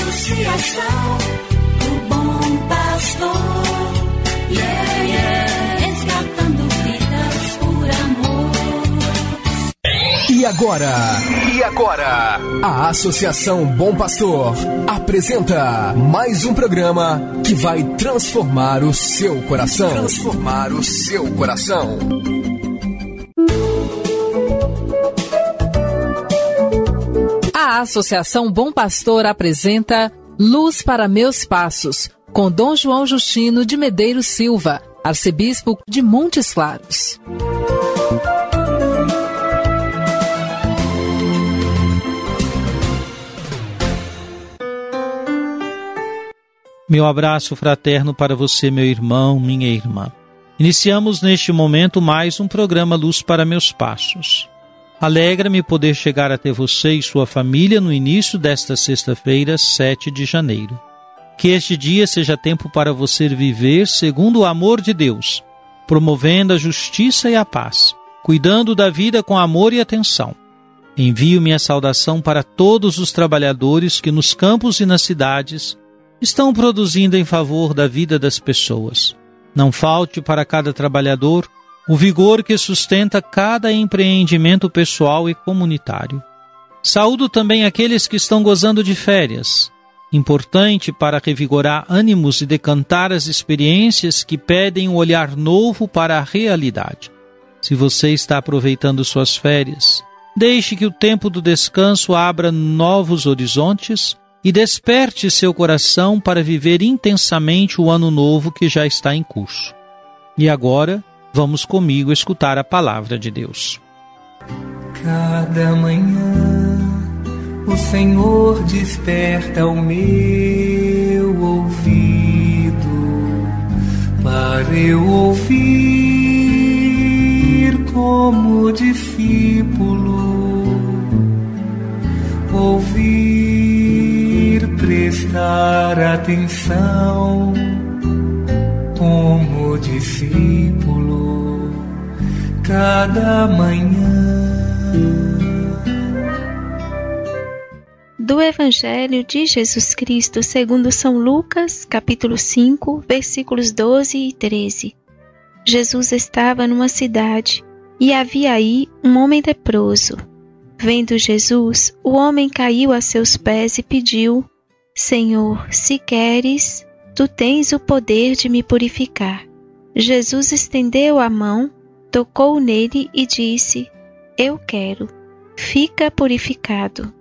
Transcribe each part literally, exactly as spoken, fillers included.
Associação do Bom Pastor, yeah, yeah, resgatando vidas por amor. E agora, e agora, a Associação Bom Pastor apresenta mais um programa que vai transformar o seu coração. Transformar o seu coração. A Associação Bom Pastor apresenta Luz para Meus Passos, com Dom João Justino de Medeiros Silva, arcebispo de Montes Claros. Meu abraço fraterno para você, meu irmão, minha irmã. Iniciamos neste momento mais um programa Luz para Meus Passos. Alegra-me poder chegar até você e sua família no início desta sexta-feira, sete de janeiro. Que este dia seja tempo para você viver segundo o amor de Deus, promovendo a justiça e a paz, cuidando da vida com amor e atenção. Envio minha saudação para todos os trabalhadores que nos campos e nas cidades estão produzindo em favor da vida das pessoas. Não falte para cada trabalhador o vigor que sustenta cada empreendimento pessoal e comunitário. Saúdo também aqueles que estão gozando de férias, importante para revigorar ânimos e decantar as experiências que pedem um olhar novo para a realidade. Se você está aproveitando suas férias, deixe que o tempo do descanso abra novos horizontes e desperte seu coração para viver intensamente o ano novo que já está em curso. E agora, vamos comigo escutar a palavra de Deus. Cada manhã o Senhor desperta o meu ouvido para eu ouvir como discípulo, ouvir, prestar atenção como discípulo cada manhã. Do Evangelho de Jesus Cristo segundo São Lucas, capítulo cinco, versículos doze e treze. Jesus estava numa cidade e havia aí um homem leproso. Vendo Jesus, o homem caiu a seus pés e pediu: Senhor, se queres, tu tens o poder de me purificar. Jesus estendeu a mão, tocou nele e disse: Eu quero, fica purificado.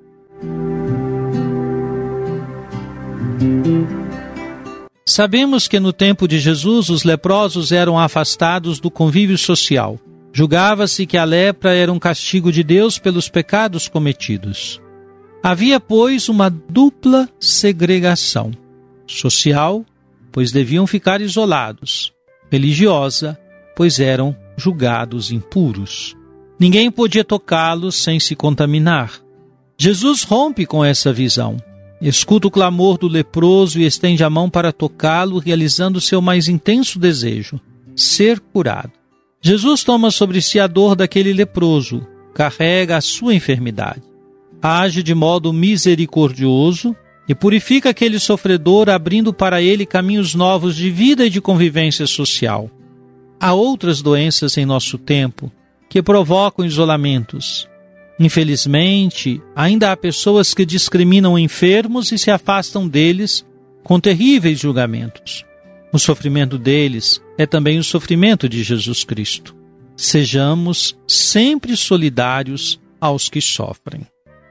Sabemos que no tempo de Jesus os leprosos eram afastados do convívio social. Julgava-se que a lepra era um castigo de Deus pelos pecados cometidos. Havia, pois, uma dupla segregação: social, pois deviam ficar isolados; religiosa, pois eram julgados impuros. Ninguém podia tocá-los sem se contaminar. Jesus rompe com essa visão. Escuta o clamor do leproso e estende a mão para tocá-lo, realizando seu mais intenso desejo: ser curado. Jesus toma sobre si a dor daquele leproso, carrega a sua enfermidade. Age de modo misericordioso e purifica aquele sofredor, abrindo para ele caminhos novos de vida e de convivência social. Há outras doenças em nosso tempo que provocam isolamentos. Infelizmente, ainda há pessoas que discriminam enfermos e se afastam deles com terríveis julgamentos. O sofrimento deles é também o sofrimento de Jesus Cristo. Sejamos sempre solidários aos que sofrem.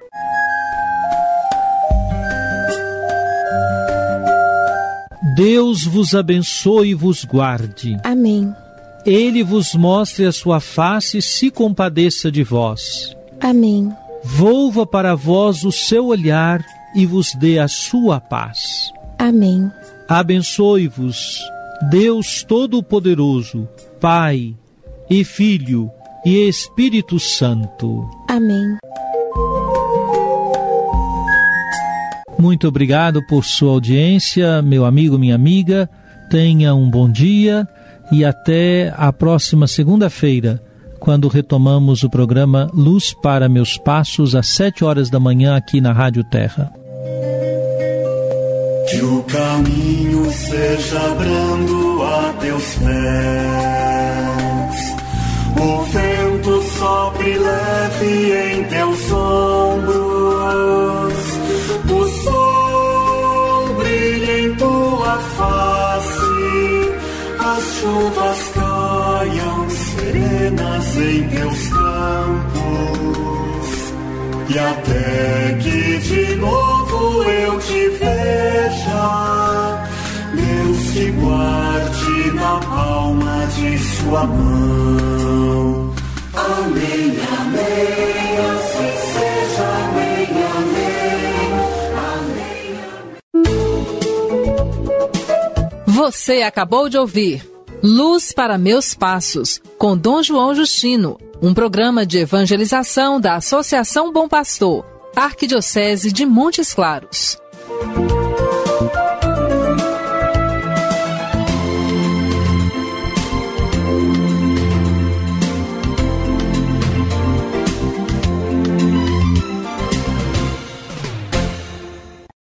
Deus vos abençoe e vos guarde. Amém. Ele vos mostre a sua face e se compadeça de vós. Amém. Volva para vós o seu olhar e vos dê a sua paz. Amém. Abençoe-vos, Deus Todo-Poderoso, Pai e Filho e Espírito Santo. Amém. Muito obrigado por sua audiência, meu amigo, minha amiga. Tenha um bom dia e até a próxima segunda-feira, quando retomamos o programa Luz para Meus Passos, às sete horas da manhã, aqui na Rádio Terra. Que o caminho seja brando a teus pés, o vento sopre leve em teus ombros, o sol brilha em tua face, as chuvas caiam serenas em teus campos, e até que de novo eu te veja, Deus te guarde na palma de sua mão. Amém, amém, assim seja, amém, amém, amém. Você acabou de ouvir Luz para Meus Passos, com Dom João Justino, um programa de evangelização da Associação Bom Pastor, Arquidiocese de Montes Claros.